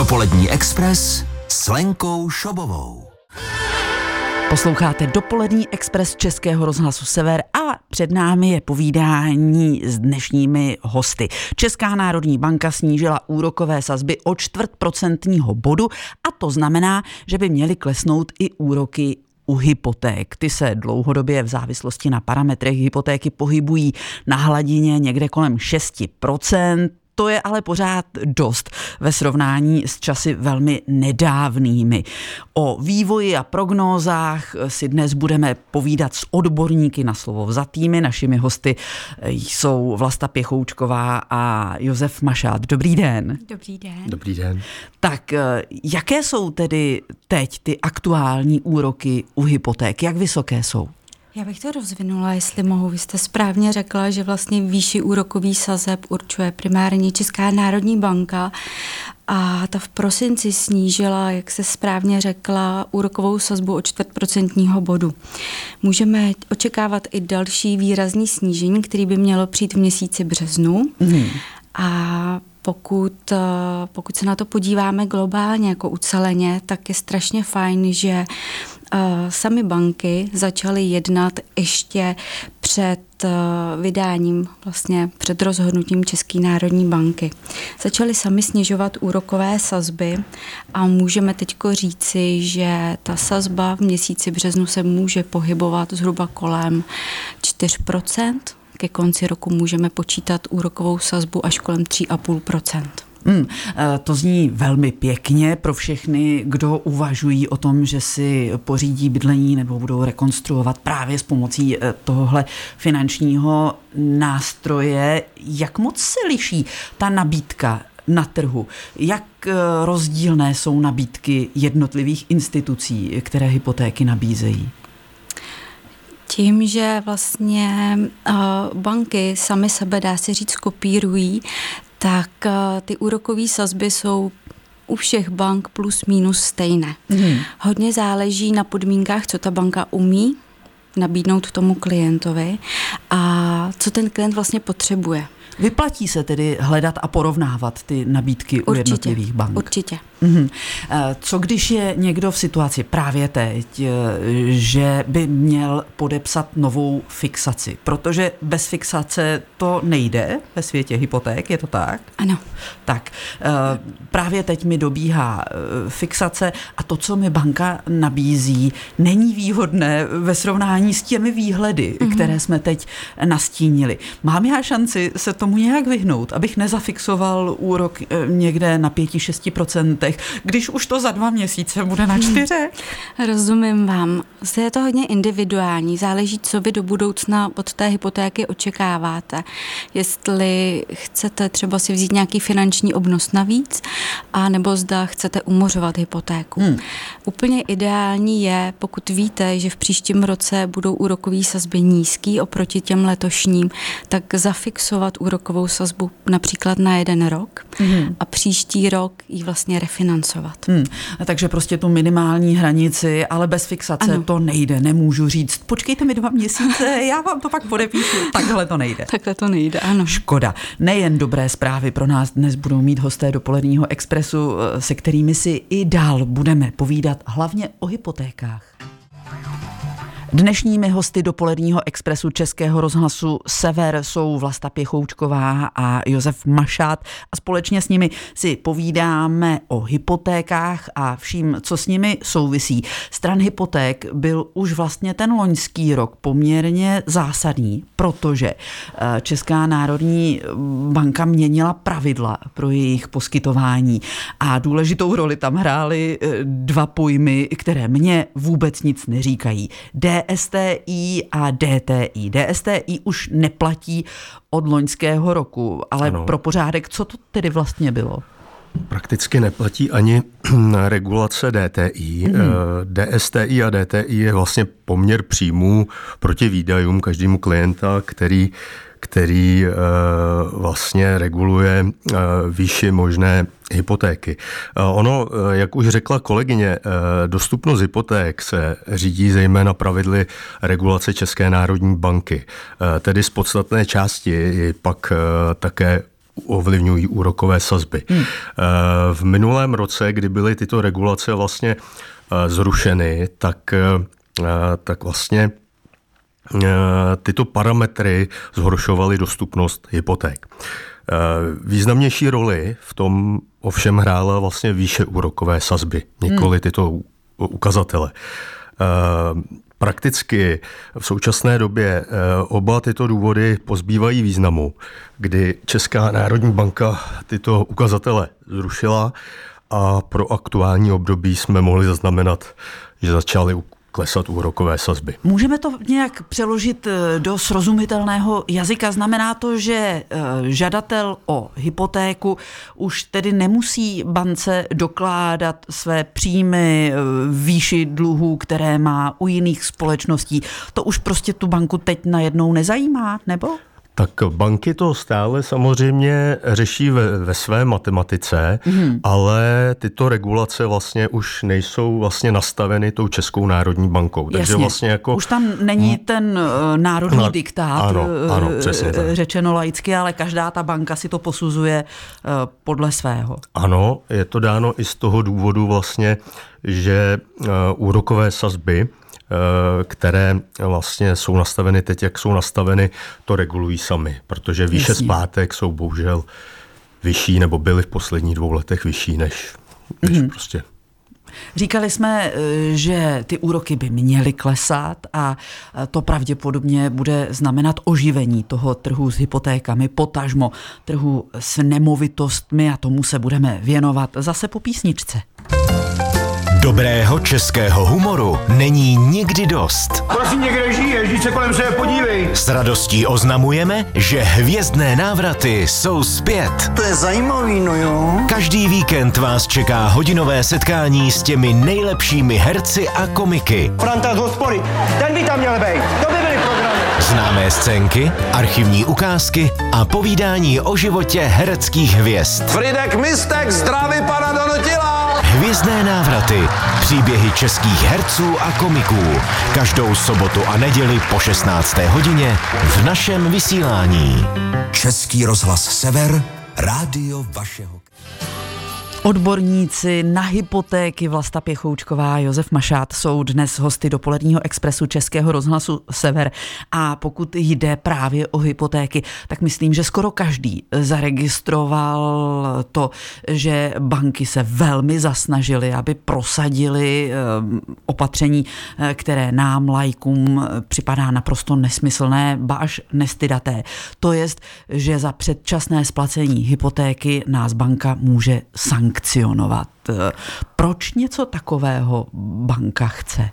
Dopolední Express s Lenkou Šobovou. Posloucháte Dopolední Express Českého rozhlasu Sever a před námi je povídání s dnešními hosty. Česká národní banka snížila úrokové sazby o 0,25% bodu a to znamená, že by měly klesnout i úroky u hypoték. Ty se dlouhodobě v závislosti na parametrech hypotéky pohybují na hladině někde kolem 6%. To je ale pořád dost ve srovnání s časy velmi nedávnými. O vývoji a prognózách si dnes budeme povídat s odborníky na slovo vzatými. Našimi hosty jsou Vlasta Pěchoučková a Josef Mašát. Dobrý den. Dobrý den. Dobrý den. Tak jaké jsou tedy teď ty aktuální úroky u hypoték? Jak vysoké jsou? Já bych to rozvinula, jestli mohu. Vy jste správně řekla, že vlastně výši úrokový sazeb určuje primárně Česká národní banka a ta v prosinci snížila, jak se správně řekla, úrokovou sazbu o 0,25% bodu. Můžeme očekávat i další výrazný snížení, který by mělo přijít v měsíci březnu. A pokud se na to podíváme globálně jako uceleně, tak je strašně fajn, že sami banky začaly jednat ještě před vydáním, vlastně před rozhodnutím České národní banky. Začaly sami snižovat úrokové sazby a můžeme teďko říci, že ta sazba v měsíci březnu se může pohybovat zhruba kolem 4%. Ke konci roku můžeme počítat úrokovou sazbu až kolem 3,5%. To zní velmi pěkně pro všechny, kdo uvažují o tom, že si pořídí bydlení nebo budou rekonstruovat právě s pomocí tohohle finančního nástroje. Jak moc se liší ta nabídka na trhu? Jak rozdílné jsou nabídky jednotlivých institucí, které hypotéky nabízejí? Tím, že vlastně banky sami sebe, dá se říct, kopírují, tak ty úrokové sazby jsou u všech bank plus minus stejné. Hodně záleží na podmínkách, co ta banka umí nabídnout tomu klientovi a co ten klient vlastně potřebuje. Vyplatí se tedy hledat a porovnávat ty nabídky u jednotlivých bank? Určitě. Co když je někdo v situaci právě teď, že by měl podepsat novou fixaci? Protože bez fixace to nejde ve světě hypoték, je to tak? Ano. Tak právě teď mi dobíhá fixace a to, co mi banka nabízí, není výhodné ve srovnání s těmi výhledy, které jsme teď nastínili. Mám já šanci se tomu nějak vyhnout, abych nezafixoval úrok někde na 5-6%, když už to za 2 měsíce bude na 4? Rozumím vám. Je to hodně individuální. Záleží, co vy do budoucna od té hypotéky očekáváte. Jestli chcete třeba si vzít nějaký finanční obnos navíc, a nebo zda chcete umořovat hypotéku. Úplně ideální je, pokud víte, že v příštím roce budou úrokové sazby nízký oproti těm letošním, tak zafixovat úrokovou sazbu například na 1 rok a příští rok ji vlastně refinancovat. Takže prostě tu minimální hranici, ale bez fixace to nejde, nemůžu říct. Počkejte mi 2 měsíce, já vám to pak podepíšu. Takhle to nejde. Takhle to nejde, ano. Škoda. Nejen dobré zprávy pro nás dnes budou mít hosté Dopoledního Expressu, se kterými si i dál budeme povídat hlavně o hypotékách. Dnešními hosty Dopoledního Expressu Českého rozhlasu Sever jsou Vlasta Pěchoučková a Josef Mašát a společně s nimi si povídáme o hypotékách a vším, co s nimi souvisí. Stran hypoték byl už vlastně ten loňský rok poměrně zásadní, protože Česká národní banka měnila pravidla pro jejich poskytování a důležitou roli tam hrály 2 pojmy, které mně vůbec nic neříkají. DSTI a DTI. DSTI už neplatí od loňského roku, ale pro pořádek, co to tedy vlastně bylo? Prakticky neplatí ani regulace DTI. DSTI a DTI je vlastně poměr příjmů proti výdajům každému klienta, který vlastně reguluje výši možné hypotéky. Ono, jak už řekla kolegyně, dostupnost hypoték se řídí zejména pravidly regulace České národní banky. Tedy z podstatné části ji pak také ovlivňují úrokové sazby. V minulém roce, kdy byly tyto regulace vlastně zrušeny, tak vlastně tyto parametry zhoršovaly dostupnost hypoték. Významnější roli v tom ovšem hrála vlastně výše úrokové sazby, nikoli tyto ukazatele. Prakticky v současné době oba tyto důvody pozbývají významu, kdy Česká národní banka tyto ukazatele zrušila a pro aktuální období jsme mohli zaznamenat, že začaly klesat úrokové sazby. Můžeme to nějak přeložit do srozumitelného jazyka? Znamená to, že žadatel o hypotéku už tedy nemusí bance dokládat své příjmy, výši dluhů, které má u jiných společností. To už prostě tu banku teď najednou nezajímá, nebo? Tak banky to stále samozřejmě řeší ve své matematice, ale tyto regulace vlastně už nejsou vlastně nastaveny tou Českou národní bankou. Takže vlastně jako už tam není ten národní diktát, ano, přesně tak. Řečeno laicky, ale každá ta banka si to posuzuje podle svého. Ano, je to dáno i z toho důvodu vlastně, že úrokové sazby, které vlastně jsou nastaveny teď, jak jsou nastaveny, to regulují sami, protože výše splátek jsou bohužel vyšší, nebo byly v posledních 2 letech vyšší než prostě. Říkali jsme, že ty úroky by měly klesat a to pravděpodobně bude znamenat oživení toho trhu s hypotékami, potažmo trhu s nemovitostmi a tomu se budeme věnovat zase po písničce. Dobrého českého humoru není nikdy dost. Prosím, někde žiješ, jdi se kolem sebe podívej. S radostí oznamujeme, že Hvězdné návraty jsou zpět. To je zajímavý, no jo. Každý víkend vás čeká hodinové setkání s těmi nejlepšími herci a komiky. Franta z hospody, ten by tam měl být. To by byly programy. Známé scénky, archivní ukázky a povídání o životě hereckých hvězd. Fridek Mistek zdraví pana Donutila. Hvězdné návraty. Příběhy českých herců a komiků. Každou sobotu a neděli po 16. hodině v našem vysílání. Český rozhlas Sever, rádio vašeho. Odborníci na hypotéky Vlasta Pěchoučková a Josef Mašát jsou dnes hosty dopoledního expresu Českého rozhlasu Sever. A pokud jde právě o hypotéky, tak myslím, že skoro každý zaregistroval to, že banky se velmi zasnažily, aby prosadili opatření, které nám, laikům, připadá naprosto nesmyslné, ba až nestydaté. To jest, že za předčasné splacení hypotéky nás banka může sankcionovat. Proč něco takového banka chce?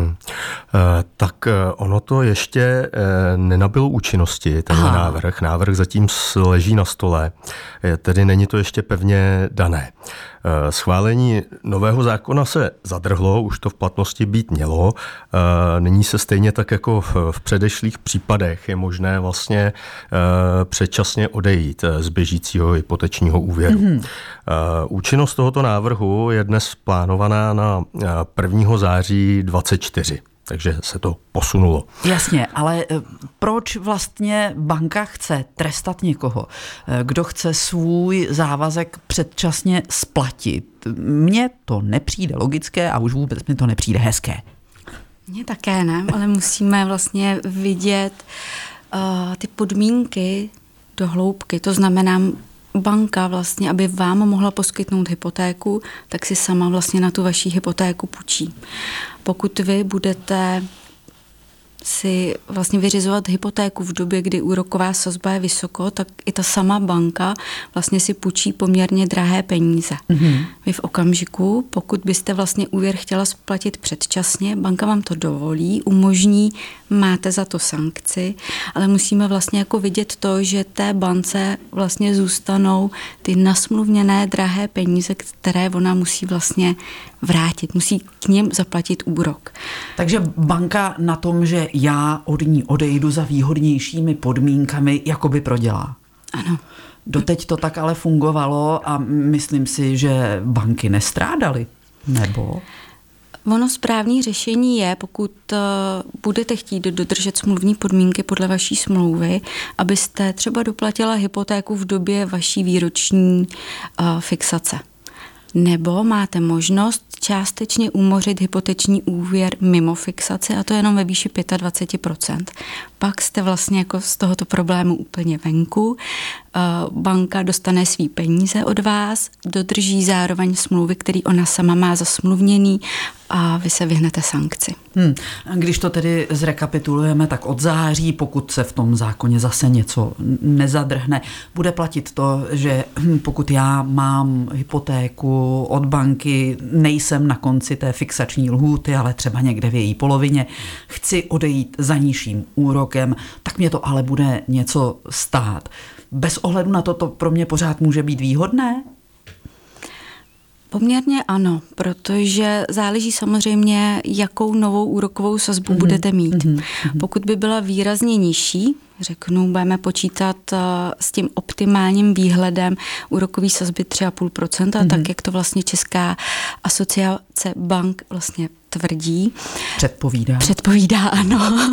Tak ono to ještě nenabylo účinnosti, ten návrh. Návrh zatím leží na stole, tedy není to ještě pevně dané. Schválení nového zákona se zadrhlo, už to v platnosti být mělo. Nyní se stejně tak jako v předešlých případech je možné vlastně předčasně odejít z běžícího hypotečního úvěru. Účinnost tohoto návrhu je dnes plánovaná na 1. září 2024. Takže se to posunulo. Jasně, ale proč vlastně banka chce trestat někoho, kdo chce svůj závazek předčasně splatit? Mně to nepřijde logické a už vůbec mi to nepřijde hezké. Mně také ne, ale musíme vlastně vidět ty podmínky do hloubky. To znamená, banka vlastně, aby vám mohla poskytnout hypotéku, tak si sama vlastně na tu vaši hypotéku půjčí. Pokud vy budete si vlastně vyřizovat hypotéku v době, kdy úroková sazba je vysoko, tak i ta sama banka vlastně si půjčí poměrně drahé peníze. Vy v okamžiku, pokud byste vlastně úvěr chtěla splatit předčasně, banka vám to dovolí, umožní, máte za to sankci, ale musíme vlastně jako vidět to, že té bance vlastně zůstanou ty nasmluvněné drahé peníze, které ona musí vlastně vrátit, musí k něm zaplatit úrok. Takže banka na tom, že já od ní odejdu za výhodnějšími podmínkami, jakoby prodělá. Ano. Doteď to tak ale fungovalo a myslím si, že banky nestrádaly, nebo? Ono správné řešení je, pokud budete chtít dodržet smluvní podmínky podle vaší smlouvy, abyste třeba doplatila hypotéku v době vaší výroční fixace. Nebo máte možnost částečně umořit hypoteční úvěr mimo fixaci, a to jenom ve výši 25%. Pak jste vlastně jako z tohoto problému úplně venku. Banka dostane svý peníze od vás, dodrží zároveň smlouvy, který ona sama má zasmluvněný, a vy se vyhnete sankci. Když to tedy zrekapitulujeme, tak od září, pokud se v tom zákoně zase něco nezadrhne, bude platit to, že pokud já mám hypotéku od banky, nejsem na konci té fixační lhůty, ale třeba někde v její polovině, chci odejít za nižším úrokem, tak mě to ale bude něco stát. Bez ohledu na to pro mě pořád může být výhodné? Poměrně ano, protože záleží samozřejmě, jakou novou úrokovou sazbu budete mít. Pokud by byla výrazně nižší, budeme počítat s tím optimálním výhledem úrokový sazby 3,5%, tak jak to vlastně Česká asociace bank vlastně tvrdí. Předpovídá, ano.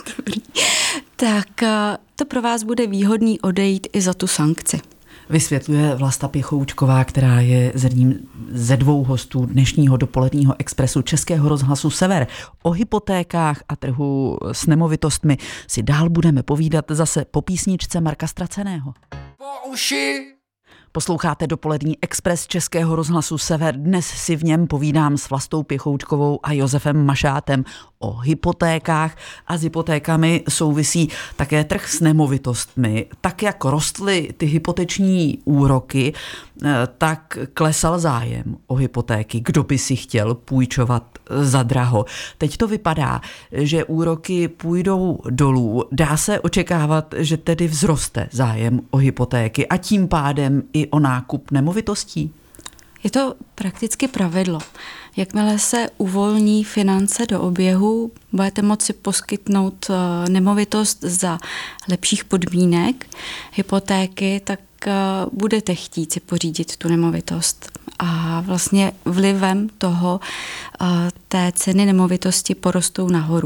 Tak to pro vás bude výhodný odejít i za tu sankci. Vysvětluje Vlasta Pěchoučková, která je jedním ze 2 hostů dnešního dopoledního expresu Českého rozhlasu Sever. O hypotékách a trhu s nemovitostmi si dál budeme povídat zase po písničce Marka Straceného. Po uši. Posloucháte dopolední expres Českého rozhlasu Sever. Dnes si v něm povídám s Vlastou Pěchoučkovou a Josefem Mašátem o hypotékách, a s hypotékami souvisí také trh s nemovitostmi. Tak jak rostly ty hypoteční úroky, tak klesal zájem o hypotéky. Kdo by si chtěl půjčovat za draho? Teď to vypadá, že úroky půjdou dolů. Dá se očekávat, že tedy vzroste zájem o hypotéky a tím pádem i o nákup nemovitostí? Je to prakticky pravidlo. Jakmile se uvolní finance do oběhu, budete moci poskytnout nemovitost za lepších podmínek hypotéky, tak budete chtít si pořídit tu nemovitost. A vlastně vlivem toho té ceny nemovitosti porostou nahoru.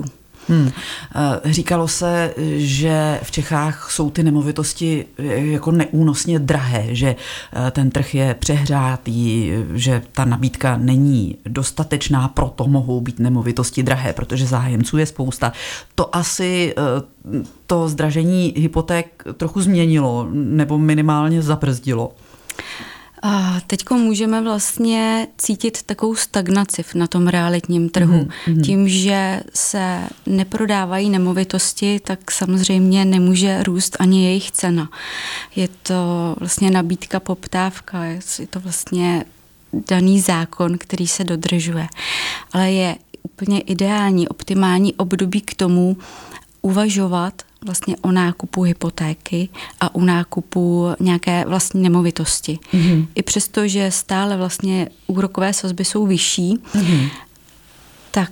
Říkalo se, že v Čechách jsou ty nemovitosti jako neúnosně drahé, že ten trh je přehrátý, že ta nabídka není dostatečná, proto mohou být nemovitosti drahé, protože zájemců je spousta. To asi to zdražení hypoték trochu změnilo nebo minimálně zabrzdilo. Teďko můžeme vlastně cítit takovou stagnaci na tom realitním trhu. Tím, že se neprodávají nemovitosti, tak samozřejmě nemůže růst ani jejich cena. Je to vlastně nabídka, poptávka, je to vlastně daný zákon, který se dodržuje. Ale je úplně ideální, optimální období k tomu uvažovat vlastně o nákupu hypotéky a o nákupu nějaké vlastní nemovitosti. I přesto, že stále vlastně úrokové sazby jsou vyšší, tak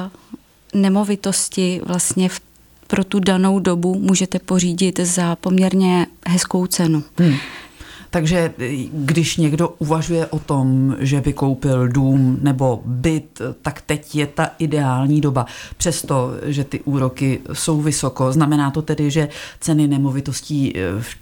nemovitosti vlastně pro tu danou dobu můžete pořídit za poměrně hezkou cenu. Takže když někdo uvažuje o tom, že by koupil dům nebo byt, tak teď je ta ideální doba. Přesto, že ty úroky jsou vysoko, znamená to tedy, že ceny nemovitostí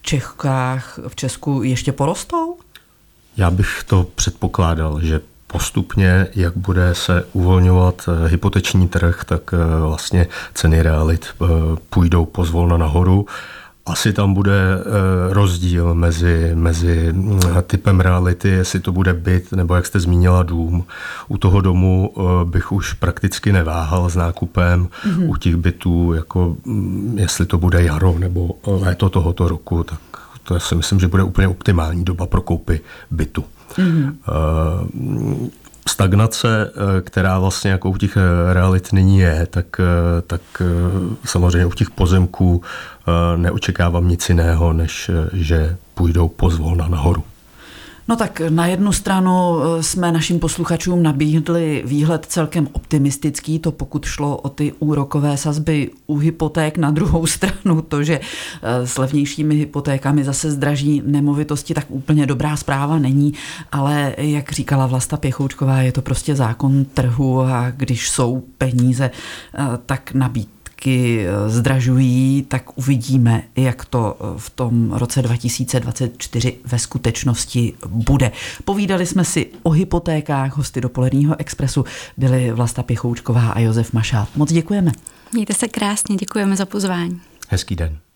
v Česku ještě porostou? Já bych to předpokládal, že postupně, jak bude se uvolňovat hypoteční trh, tak vlastně ceny realit půjdou pozvolna nahoru. Asi tam bude rozdíl mezi typem reality, jestli to bude byt, nebo jak jste zmínila dům. U toho domu bych už prakticky neváhal s nákupem. U těch bytů, jako jestli to bude jaro nebo léto tohoto roku, tak to já si myslím, že bude úplně optimální doba pro koupy bytu. Stagnace, která vlastně jako u těch realit nyní je, tak samozřejmě u těch pozemků neočekávám nic jiného, než že půjdou pozvolna nahoru. No tak na jednu stranu jsme našim posluchačům nabídli výhled celkem optimistický, to pokud šlo o ty úrokové sazby u hypoték, na druhou stranu to, že s levnějšími hypotékami zase zdraží nemovitosti, tak úplně dobrá zpráva není, ale jak říkala Vlasta Pěchoučková, je to prostě zákon trhu a když jsou peníze, tak nabídky zdražují, tak uvidíme, jak to v tom roce 2024 ve skutečnosti bude. Povídali jsme si o hypotékách, hosty Dopoledního expresu byli Vlasta Pěchoučková a Josef Mašál. Moc děkujeme. Mějte se krásně, děkujeme za pozvání. Hezký den.